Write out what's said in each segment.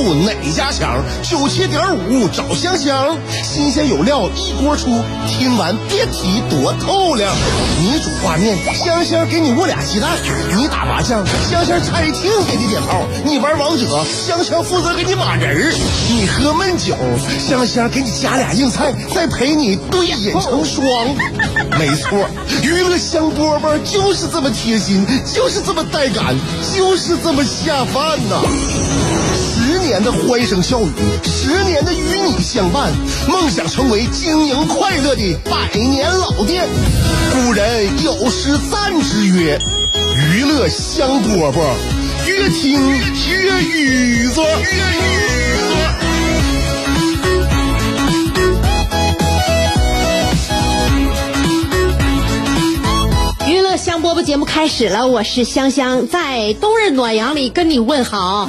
度哪家强？97.5找香香，新鲜有料一锅出，听完别提多透亮。你煮挂面，香香给你握俩鸡蛋；你打麻将，香香拆厅给你点炮；你玩王者，香香负责给你码人儿；你喝闷酒，香香给你加俩硬菜，再陪你对饮成双。没错，娱乐香饽饽就是这么贴心，就是这么带感，就是这么下饭呐！10年的欢声笑语，10年的与你相伴，梦想成为经营快乐的100年老店。古人有诗赞之曰：娱乐香饽饽，越听越雨子。 娱乐香饽饽节目开始了，我是香香，在冬日暖阳里跟你问好。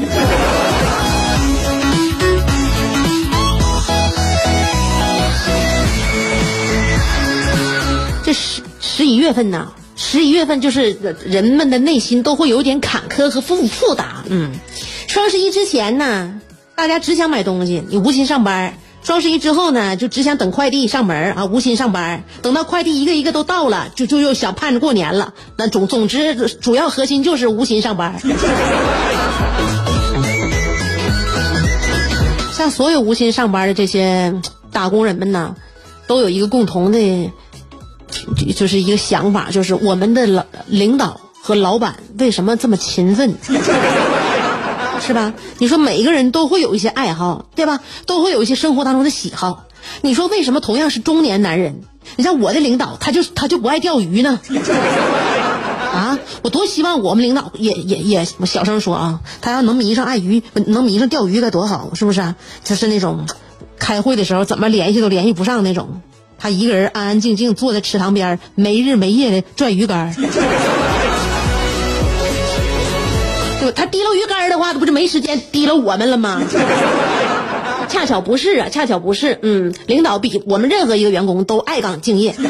这11月份呢，11月份就是人们的内心都会有点坎坷和复杂。双11之前呢，大家只想买东西，你无心上班。双11之后呢，就只想等快递上门啊，无心上班。等到快递一个一个都到了，就又想盼着过年了。那总之，主要核心就是无心上班。像所有无心上班的这些打工人们呢，都有一个共同的，就是一个想法，就是我们的领导和老板为什么这么勤奋？是吧？你说每一个人都会有一些爱好，对吧？都会有一些生活当中的喜好。你说为什么同样是中年男人，你像我的领导，他就不爱钓鱼呢？啊，我多希望我们领导也，我小声说啊，他要能迷上爱鱼，能迷上钓鱼该多好，是不是啊？就是那种开会的时候怎么联系都联系不上那种，他一个人安安静静坐在池塘边，没日没夜的拽鱼竿。他提溜鱼竿的话，不是没时间提溜我们了吗？恰巧不是啊，恰巧不是。领导比我们任何一个员工都爱岗敬业。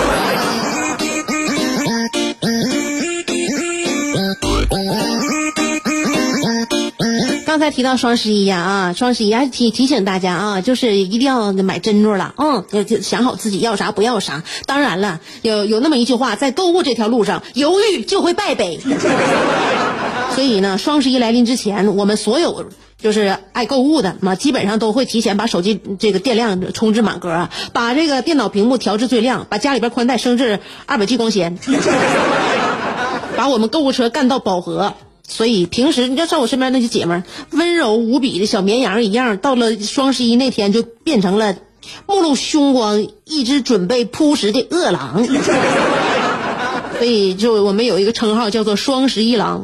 刚才提到双11呀，双11还提醒大家啊，就是一定要买珍珠了，就想好自己要啥不要啥。当然了，有那么一句话，在购物这条路上，犹豫就会败北。所以呢，双11来临之前，我们所有就是爱购物的嘛，基本上都会提前把手机这个电量充至满格啊，把这个电脑屏幕调至最亮，把家里边宽带升至200G 光纤，把我们购物车干到饱和。所以平时你就像我身边那些姐们，温柔无比的小绵羊一样，到了双11那天就变成了目露凶光、一只准备扑食的饿狼。所以就我们有一个称号叫做双11郎。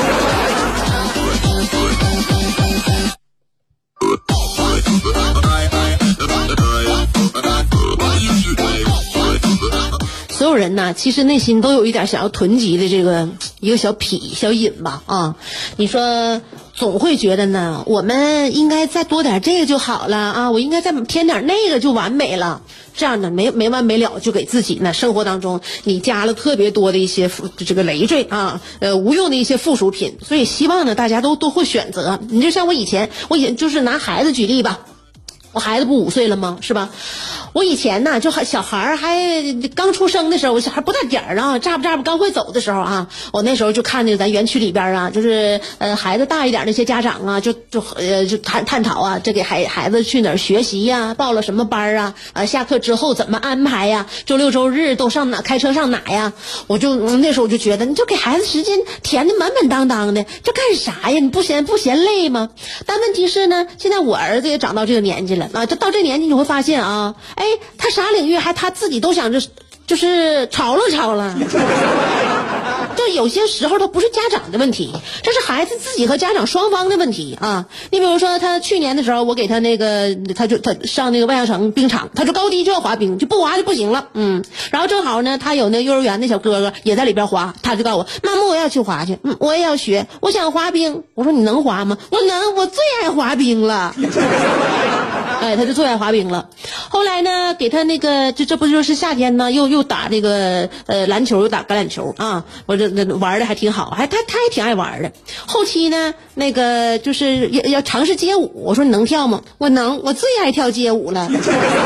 所有人呢，其实内心都有一点想要囤积的这个一个小痞小瘾吧啊！你说总会觉得呢，我们应该再多点这个就好了啊，我应该再添点那个就完美了。这样的没完没了，就给自己呢生活当中你加了特别多的一些这个累赘啊，无用的一些附属品。所以希望呢大家都会选择。你就像我以前就是拿孩子举例吧。我孩子不5岁了吗？是吧？我以前呢，就小孩还刚出生的时候，我小孩不大点儿啊，咋不刚会走的时候啊，我那时候就看那个咱园区里边啊，就是孩子大一点那些家长啊，就探讨啊，这给孩子去哪儿学习呀，报了什么班啊，下课之后怎么安排呀，周六周日都上哪，开车上哪呀？我就那时候我就觉得，你就给孩子时间填的满满当当的，这干啥呀？你不嫌累吗？但问题是呢，现在我儿子也长到这个年纪了啊，这到这年纪你会发现啊，他啥领域还他自己都想着就是吵了。就有些时候它不是家长的问题，这是孩子自己和家长双方的问题啊。你比如说他去年的时候，我给他那个他上那个万象城冰场，他就高低就要滑冰，就不滑就不行了。然后正好呢，他有那幼儿园那小哥哥也在里边滑，他就告诉我，妈妈我要去滑去，我也要学，我想滑冰。我说你能滑吗？我能，我最爱滑冰了。 哎，他就最爱滑冰了。后来呢，给他那个这不就是夏天呢，又打这个篮球，又打橄榄球啊，我这玩的还挺好，他还挺爱玩的。后期呢，那个就是要尝试街舞，我说你能跳吗？我能，我最爱跳街舞了。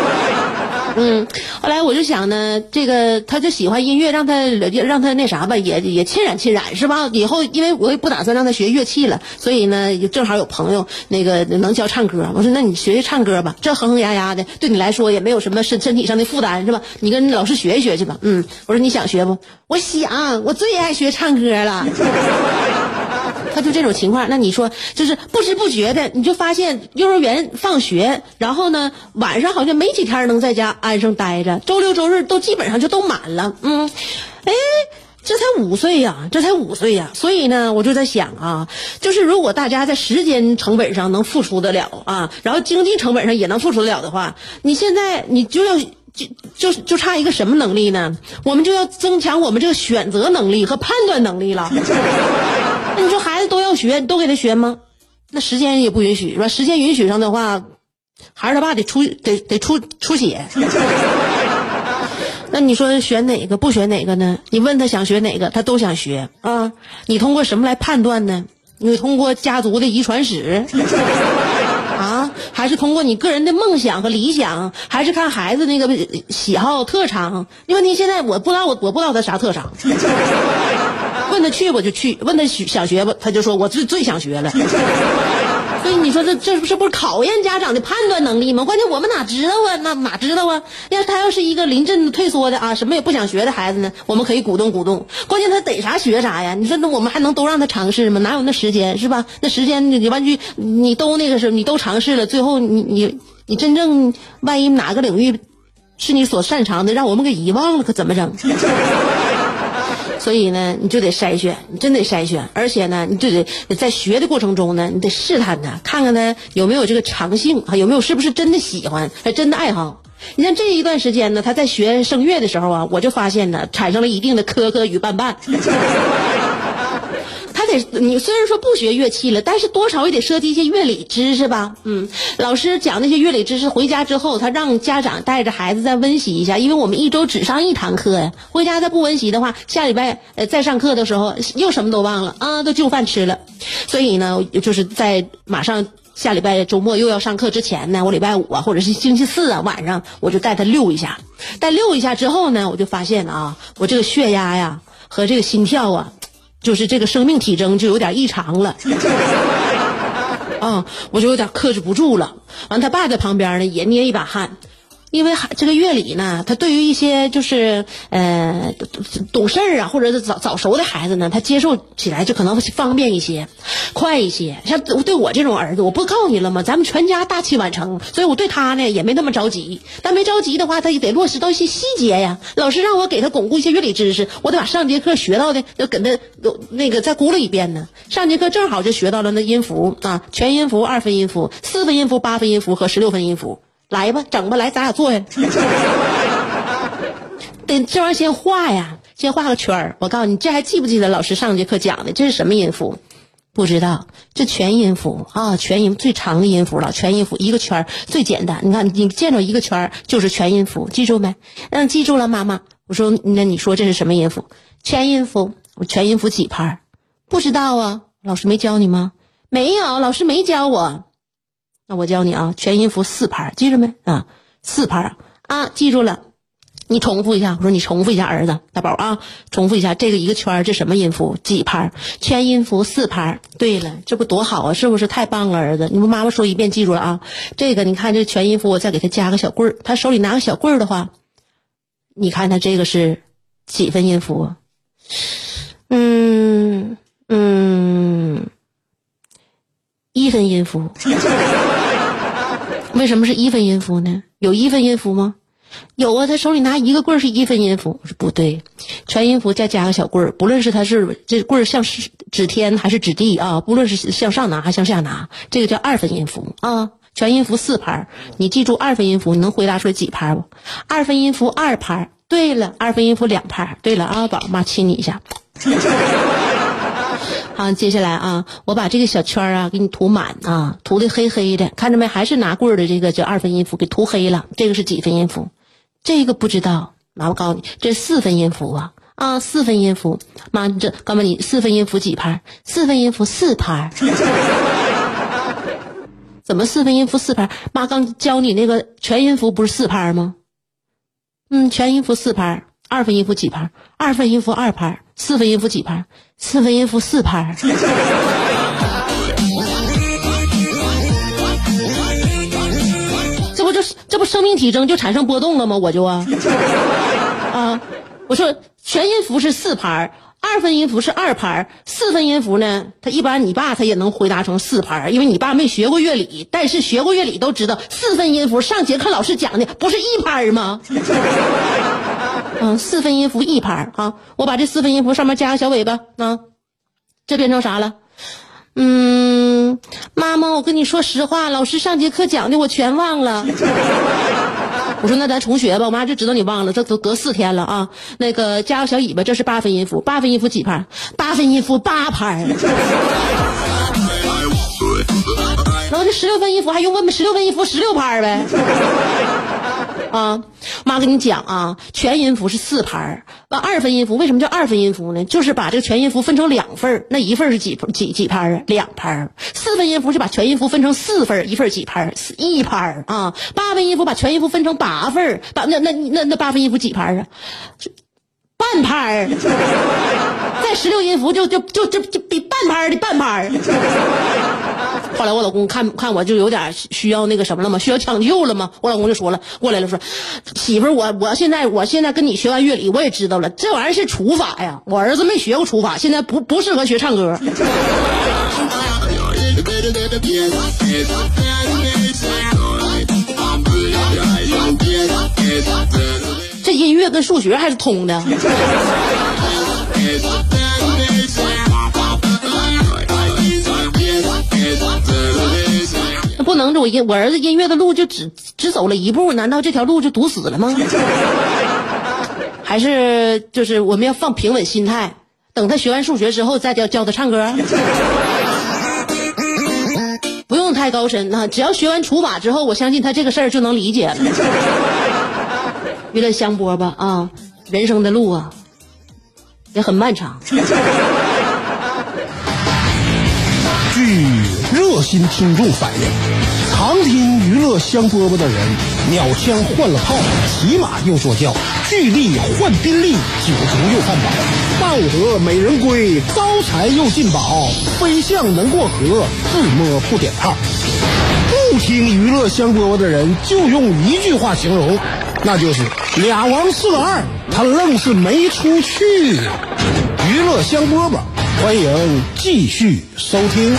后来我就想呢，这个他就喜欢音乐，让他那啥吧，也浸染浸染是吧？以后因为我也不打算让他学乐器了，所以呢，正好有朋友那个能教唱歌，我说那你学学唱歌吧，这哼哼呀呀的，对你来说也没有什么身体上的负担是吧？你跟老师学一学去吧。我说你想学不？我想，我最爱学唱歌了。他就这种情况，那你说就是不知不觉的，你就发现幼儿园放学，然后呢晚上好像没几天能在家安生待着，周六周日都基本上就都满了。这才5岁呀，所以呢，我就在想啊，就是如果大家在时间成本上能付出得了啊，然后经济成本上也能付出得了的话，你现在你就要就差一个什么能力呢？我们就要增强我们这个选择能力和判断能力了。那你说孩子都要学，你都给他学吗？那时间也不允许是吧？时间允许上的话，孩子他爸得出血。那你说选哪个不选哪个呢？你问他想学哪个，他都想学啊。你通过什么来判断呢？你通过家族的遗传史啊，还是通过你个人的梦想和理想，还是看孩子那个喜好特长？因为你现在我不知道他啥特长。问他去我就去，问他想学吧，他就说我最想学了。所以你说这不是考验家长的判断能力吗？关键我们哪知道啊？哪知道啊？要是一个临阵退缩的啊，什么也不想学的孩子呢，我们可以鼓动鼓动。关键他逮啥学啥呀？你说那我们还能都让他尝试吗？哪有那时间是吧？那时间你完全你都那个什么，你都尝试了，最后你真正万一哪个领域是你所擅长的，让我们给遗忘了，可怎么整？所以呢，你就得筛选，你真得筛选，而且呢，你就得在学的过程中呢，你得试探他，看看他有没有这个长性啊，有没有是不是真的喜欢，还真的爱好。你像这一段时间呢，他在学声乐的时候啊，我就发现呢，产生了一定的磕磕与绊绊。你虽然说不学乐器了，但是多少也得涉及一些乐理知识吧。老师讲那些乐理知识，回家之后他让家长带着孩子再温习一下，因为我们一周只上1堂课呀。回家再不温习的话，下礼拜再上课的时候又什么都忘了啊，都就饭吃了。所以呢，就是在马上下礼拜周末又要上课之前呢，我礼拜5啊或者是星期4啊晚上，我就带他溜一下。带溜一下之后呢，我就发现啊，我这个血压呀和这个心跳啊，就是这个生命体征就有点异常了。我就有点克制不住了。完他爸在旁边呢也捏一把汗，因为这个乐理呢，他对于一些就是懂事啊或者是早熟的孩子呢，他接受起来就可能方便一些，快一些。像对我这种儿子，我不告诉你了吗？咱们全家大器晚成，所以我对他呢也没那么着急。但没着急的话，他也得落实到一些细节呀。老师让我给他巩固一些乐理知识，我得把上节课学到的要跟他那个再咕噜一遍呢。上节课正好就学到了那音符啊，全音符、2分音符、4分音符、8分音符和16分音符。来吧，整吧，来，咱俩坐下。得这玩意儿先画呀，先画个圈儿。我告诉你，这还记不记得老师上节课讲的？这是什么音符？不知道，这全音符啊，全音最长的音符了，全音符一个圈儿最简单。你看，你见着一个圈儿就是全音符，记住没？记住了，妈妈。我说，那你说这是什么音符？全音符。我全音符几拍？不知道啊，老师没教你吗？没有，老师没教我。那我教你啊，全音符4拍，记着没啊？4拍啊，记住了。你重复一下，我说你重复一下，儿子大宝啊，重复一下这个一个圈这什么音符？几拍？全音符4拍。对了，这不多好啊，是不是太棒了，儿子？你们妈妈说一遍记住了啊。这个你看这全音符，我再给他加个小棍儿，他手里拿个小棍儿的话，你看他这个是几分音符？1分音符。为什么是1分音符呢？有1分音符吗？有啊，他手里拿一个棍儿是1分音符。我说不对，全音符再加个小棍儿，不论是他是这棍儿像是指天还是指地啊，不论是向上拿还是向下拿，这个叫2分音符啊。全音符4拍，你记住2分音符，你能回答出来几拍不？2分音符2拍。对了，2分音符2拍。对了啊，宝妈亲你一下。 好，接下来啊，我把这个小圈啊给你涂满啊，涂的黑黑的，看着没？还是拿棍儿的这个叫2分音符给涂黑了。这个是几分音符？这个不知道，妈我告诉你，这4分音符啊，4分音符。妈，这告诉你4分音符几拍？4分音符4拍。怎么4分音符4拍？妈刚教你那个全音符不是4拍吗？全音符4拍。2分音符几拍？2分音符2拍。4分音符几拍？4分音符4拍。这不生命体征就产生波动了吗？我就我说全音符是4拍，2分音符是2拍，4分音符呢，他一般你爸他也能回答成4拍，因为你爸没学过乐理，但是学过乐理都知道4分音符上节课老师讲的不是1拍吗？4分音符1拍啊，我把这4分音符上面加个小尾巴啊，这变成啥了？妈妈，我跟你说实话，老师上节课讲的我全忘了。我说那咱重学吧，我妈就知道你忘了，这都隔4天了啊。那个加个小尾巴，这是8分音符，8分音符几拍？8分音符8拍。然后这16分音符还用问16分音符16拍呗？妈跟你讲啊，全音符是4拍，2分音符为什么叫2分音符呢？就是把这个全音符分成2份，那一份是几拍啊？2拍。4分音符就把全音符分成4份，一份几拍？1拍啊。8分音符把全音符分成8份，那8分音符几拍啊？半拍。再16音符就比半拍的半拍。后来我老公看我就有点需要那个什么了嘛，需要抢救了嘛。我老公就说了，过来了，说媳妇儿，我现在跟你学完乐理，我也知道了，这玩意儿是除法呀。我儿子没学过除法，现在不适合学唱歌。这音乐跟数学还是通的。不能我儿子音乐的路就只走了一步，难道这条路就堵死了吗？还是就是我们要放平稳心态，等他学完数学之后再教他唱歌？不用太高深啊，只要学完除法之后，我相信他这个事儿就能理解了。娱乐香饽饽啊，人生的路啊也很漫长。 据热心听众反映，常听娱乐香饽饽的人，鸟枪换了炮，骑马又坐轿，巨力换宾利，酒足又饭饱，半盒美人归，招财又进宝，飞象能过河，自摸不点炮。不听娱乐香饽饽的人，就用一句话形容，那就是俩王4个2，他愣是没出去。娱乐香饽饽，欢迎继续收听。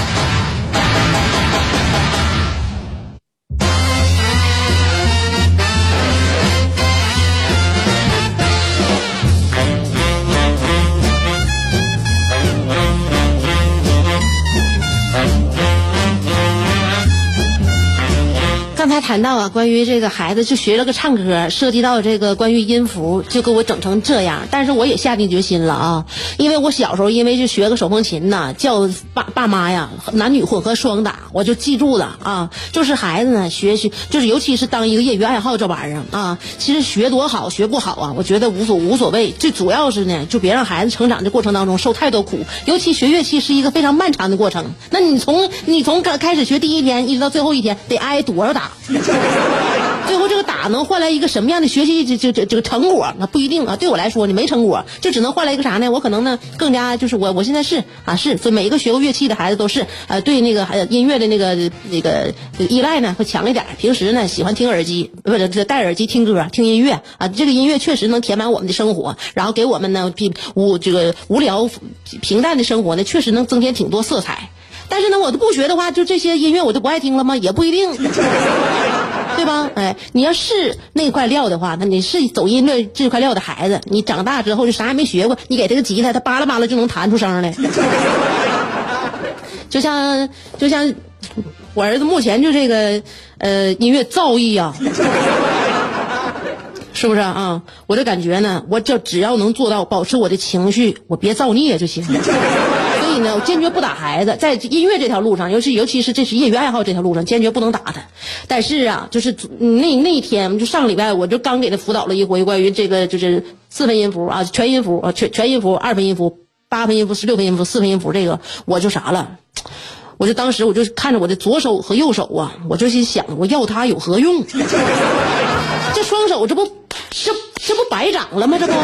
刚才谈到关于这个孩子就学了个唱歌，涉及到这个关于音符，就给我整成这样。但是我也下定决心了啊，因为我小时候因为就学个手风琴呐，叫爸妈呀男女混合双打，我就记住了啊。就是孩子呢学就是尤其是当一个业余爱好这玩意儿啊，其实学多好学不好啊，我觉得无所谓，最主要是呢就别让孩子成长的过程当中受太多苦。尤其学乐器是一个非常漫长的过程，那你从开始学第一天一直到最后一天得挨多少打？最后这个打能换来一个什么样的学习这个成果？那不一定啊。对我来说，你没成果，就只能换来一个啥呢？我可能呢更加就是我现在是所以每一个学过乐器的孩子都是对那个音乐的那个依赖呢会强一点。平时呢喜欢听耳机，不是戴耳机听歌听音乐啊，这个音乐确实能填满我们的生活，然后给我们呢这个无聊平淡的生活呢确实能增添挺多色彩。但是呢，我都不学的话，就这些音乐我就不爱听了吗？也不一定，对吧？哎，你要是那块料的话，那你是走音乐这块料的孩子，你长大之后就啥也没学过，你给这个吉他，他扒拉扒拉就能弹出声来。就像我儿子目前就这个音乐造诣啊，是不是啊？我的感觉呢，我只要能做到保持我的情绪，我别造孽就行。 以呢，我坚决不打孩子，在音乐这条路上，尤其是这是业余爱好这条路上，坚决不能打他。但是啊，就是那一天，就上个礼拜，我就刚给他辅导了一回关于这个就是4分音符啊，全音符啊，全音符、2分音符、8分音符、16分音符、4分音符，这个我就啥了。我就当时我就看着我的左手和右手啊，我就心想，我要它有何用？这双手这不白长了吗？这不。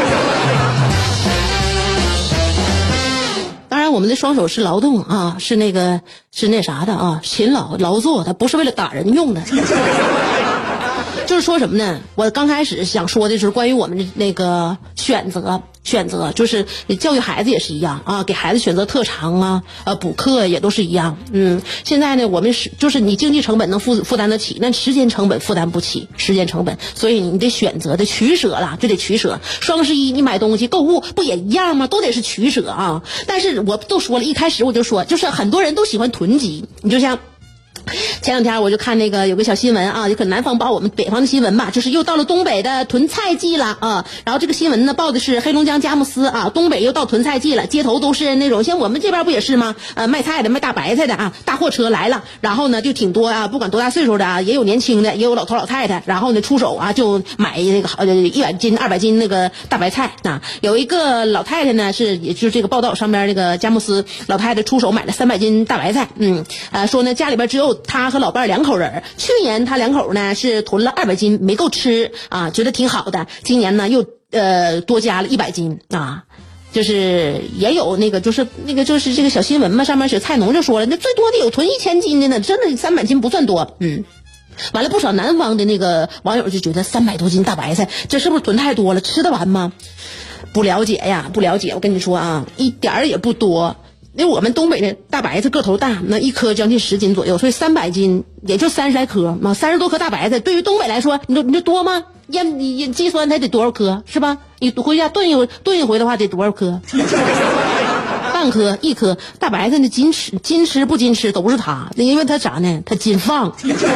当然，我们的双手是劳动啊，是那啥的啊，勤劳作，它不是为了打人用的。就是说什么呢？我刚开始想说的是关于我们的那个选择，就是教育孩子也是一样啊，给孩子选择特长啊，补课也都是一样。现在呢，我们就是你经济成本能负担得起，那时间成本负担不起，所以你得选择的取舍了，就得取舍。双11你买东西购物不也一样吗？都得是取舍啊。但是我都说了，一开始我就说，就是很多人都喜欢囤积，你就像。前两天我就看那个有个小新闻啊，就可能南方报我们北方的新闻吧，就是又到了东北的囤菜季了啊。然后这个新闻呢报的是黑龙江佳木斯啊，东北又到囤菜季了，街头都是那种像我们这边不也是吗？卖菜的卖大白菜的啊，大货车来了，然后呢就挺多啊，不管多大岁数的啊，也有年轻的，也有老头老太太，然后呢出手啊就买那个100斤200斤那个大白菜啊。有一个老太太呢也就是这个报道上边那个佳木斯老太太出手买了300斤大白菜，说呢家里边只有他和老伴2口人，去年他2口呢是囤了200斤没够吃啊，觉得挺好的，今年呢又多加了100斤啊。就是也有那个就是这个小新闻嘛，上面写菜农就说了，那最多的有囤1000斤的呢，真的300斤不算多。完了不少南方的那个网友就觉得300多斤大白菜，这是不是囤太多了，吃得完吗？不了解，我跟你说啊，一点儿也不多。因为我们东北的大白菜个头大，那一颗将近10斤左右，所以300斤也就30来颗嘛，30多颗大白菜，对于东北来说，你说多吗？你计算它得多少颗是吧？你回家炖一回的话得多少颗？半颗1颗大白菜，那斤吃不斤吃都是它，因为它啥呢？它斤放。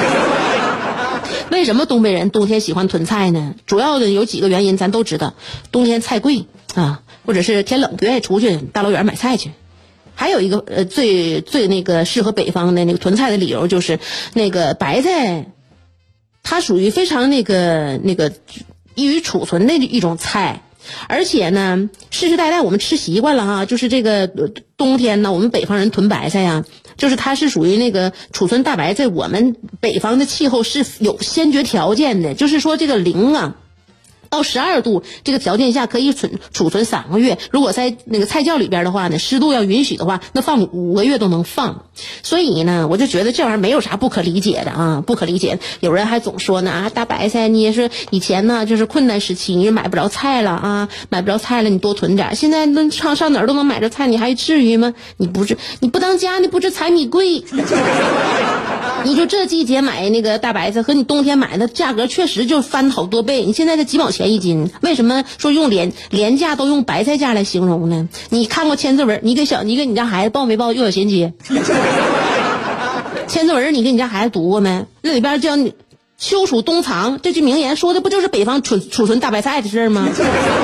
为什么东北人冬天喜欢囤菜呢？主要的有几个原因，咱都知道，冬天菜贵啊，或者是天冷不愿意出去大老远买菜去。还有一个最那个适合北方的那个囤菜的理由，就是那个白菜，它属于非常那个易于储存的一种菜，而且呢世世代代我们吃习惯了哈，就是这个冬天呢我们北方人囤白菜呀，就是它是属于那个储存大白菜，我们北方的气候是有先决条件的，就是说这个0啊到12度这个条件下可以储存3个月，如果在那个菜窖里边的话呢，湿度要允许的话，那放5个月都能放。所以呢我就觉得这玩意儿没有啥不可理解的啊，不可理解。有人还总说呢啊，大白菜你也是以前呢就是困难时期你买不着菜了啊，买不着菜了你多囤点，现在那上哪儿都能买着菜，你还至于吗？你不当家你不知柴米贵。你说这季节买那个大白菜和你冬天买的价格确实就翻好多倍，你现在这几毛钱1斤，为什么说用廉价都用白菜价来形容呢？你看过千字文，你给你家孩子报没报幼小衔接？千字文你给你家孩子读过没？那里边叫你秋储冬藏这句名言说的不就是北方储存大白菜的事吗？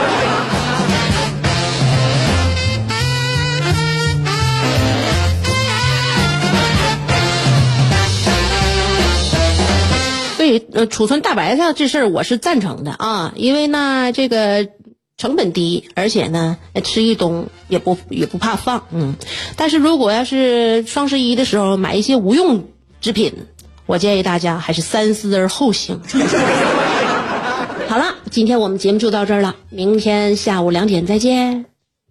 储存大白菜这事儿我是赞成的啊，因为呢这个成本低，而且呢吃一冬也不怕放。但是如果要是双11的时候买一些无用之品，我建议大家还是三思而后行。好了，今天我们节目就到这儿了，明天下午2点再见。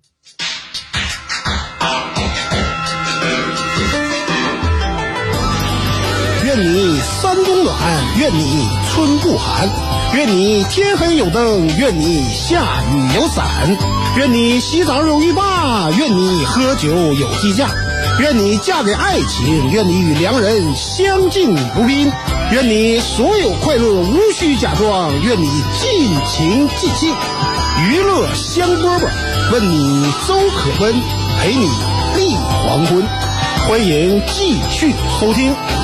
愿你山冬暖，愿你春不寒，愿你天黑有灯，愿你下雨有伞，愿你洗澡有浴霸，愿你喝酒有鸡架，愿你嫁给爱情，愿你与良人相敬如宾，愿你所有快乐无需假装，愿你尽情尽兴，娱乐香饽饽，问你粥可温，陪你立黄昏。欢迎继续收听。